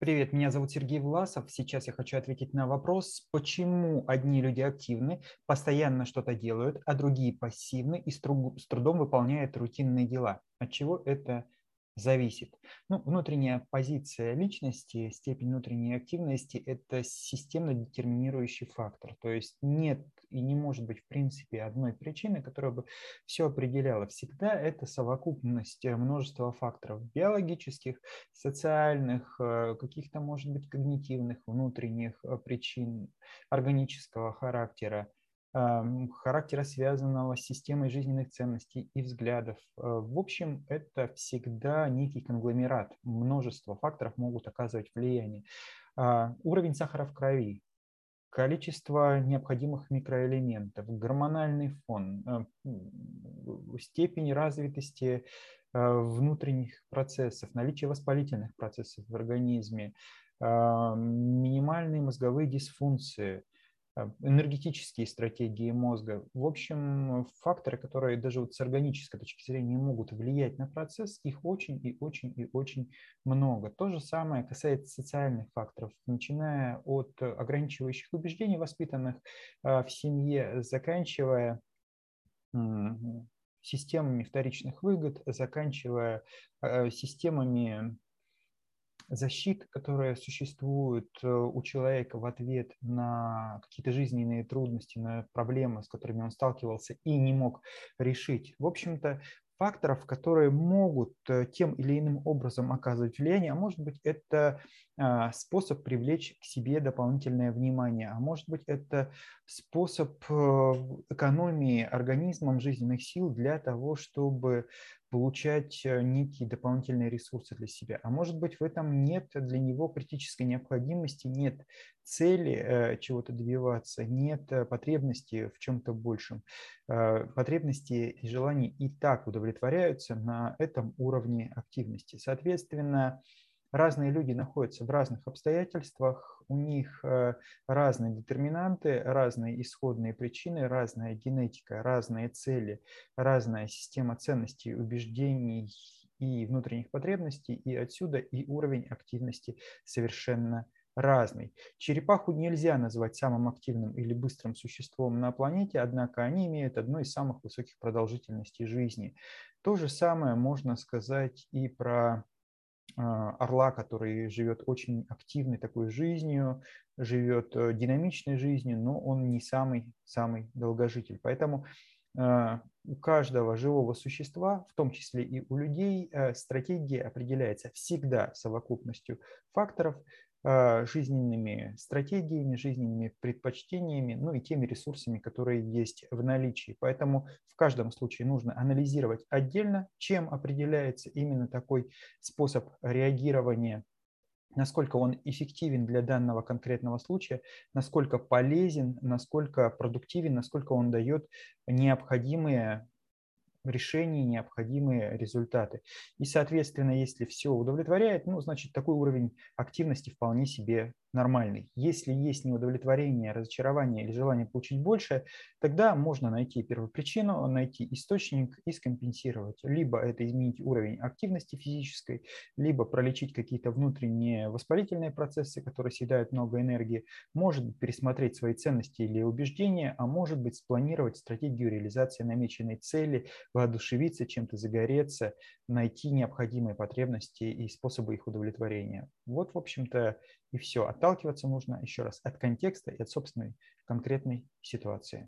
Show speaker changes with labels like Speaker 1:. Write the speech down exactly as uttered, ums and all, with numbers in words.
Speaker 1: Привет, меня зовут Сергей Власов. Сейчас я хочу ответить на вопрос, почему одни люди активны, постоянно что-то делают, а другие пассивны и с тру- с трудом выполняют рутинные дела. От чего это зависит? Ну, внутренняя позиция личности, степень внутренней активности– это системно детерминирующий фактор. То есть нет и не может быть в принципе одной причины, которая бы все определяла. Всегда это совокупность э, множества факторов биологических, социальных, э, каких-то, может быть, когнитивных, внутренних э, причин органического характера, ам, характера, связанного с системой жизненных ценностей и взглядов. Э, В общем, это всегда некий конгломерат. Множество факторов могут оказывать влияние. А, Уровень сахара в крови, количество необходимых микроэлементов, гормональный фон, э, м, степень развитости э, внутренних процессов, наличие воспалительных процессов в организме, а, минимальные мозговые дисфункции, а, энергетические стратегии мозга. В общем, факторы, которые даже вот с органической точки зрения могут влиять на процесс, их очень и очень и очень много. То же самое касается социальных факторов, начиная от ограничивающих убеждений, воспитанных а, в семье, заканчивая м, системами вторичных выгод, заканчивая э, системами защит, которые существуют э, у человека в ответ на какие-то жизненные трудности, на проблемы, с которыми он сталкивался и не мог решить. В общем-то, факторов, которые могут э, тем или иным образом оказывать влияние, а может быть, это а, способ привлечь к себе дополнительное внимание, а может быть, это способ э, экономии организмом жизненных сил для того, чтобы получать э, некие дополнительные ресурсы для себя. А может быть, в этом нет для него критической необходимости, нет цели э, чего-то добиваться, нет э, потребности в чем-то большем. Э, Потребности и желания и так удовлетворяются на этом уровне активности. Соответственно, разные люди находятся в разных обстоятельствах, у них э, разные детерминанты, разные исходные причины, разная генетика, разные цели, разная система ценностей, убеждений и внутренних потребностей, и отсюда и уровень активности совершенно разный. Черепаху нельзя назвать самым активным или быстрым существом на планете, однако они имеют одну из самых высоких продолжительностей жизни. То же самое можно сказать и про а, орла, который живет очень активной такой жизнью, живет э, динамичной жизнью, но он не самый-самый долгожитель. Поэтому э, у каждого живого существа, в том числе и у людей, э, стратегия определяется всегда совокупностью факторов, э, жизненными стратегиями, жизненными предпочтениями, ну и теми ресурсами, которые есть в наличии. Поэтому в каждом случае нужно анализировать отдельно, чем определяется именно такой способ реагирования, насколько он эффективен для данного конкретного случая, насколько полезен, насколько продуктивен, насколько он дает необходимые решений, необходимые результаты. И, соответственно, если все удовлетворяет, ну, значит, такой уровень активности вполне себе нормальный. Если есть неудовлетворение, разочарование или желание получить больше, тогда можно найти первопричину, найти источник и скомпенсировать. Либо это изменить уровень активности физической, либо пролечить какие-то внутренние воспалительные процессы, которые съедают много энергии, может быть, пересмотреть свои ценности или убеждения, а может быть, спланировать стратегию реализации намеченной цели, воодушевиться, чем-то загореться, найти необходимые потребности и способы их удовлетворения. Вот, в общем-то, и все. Отталкиваться нужно, еще раз, от контекста и от собственной конкретной ситуации.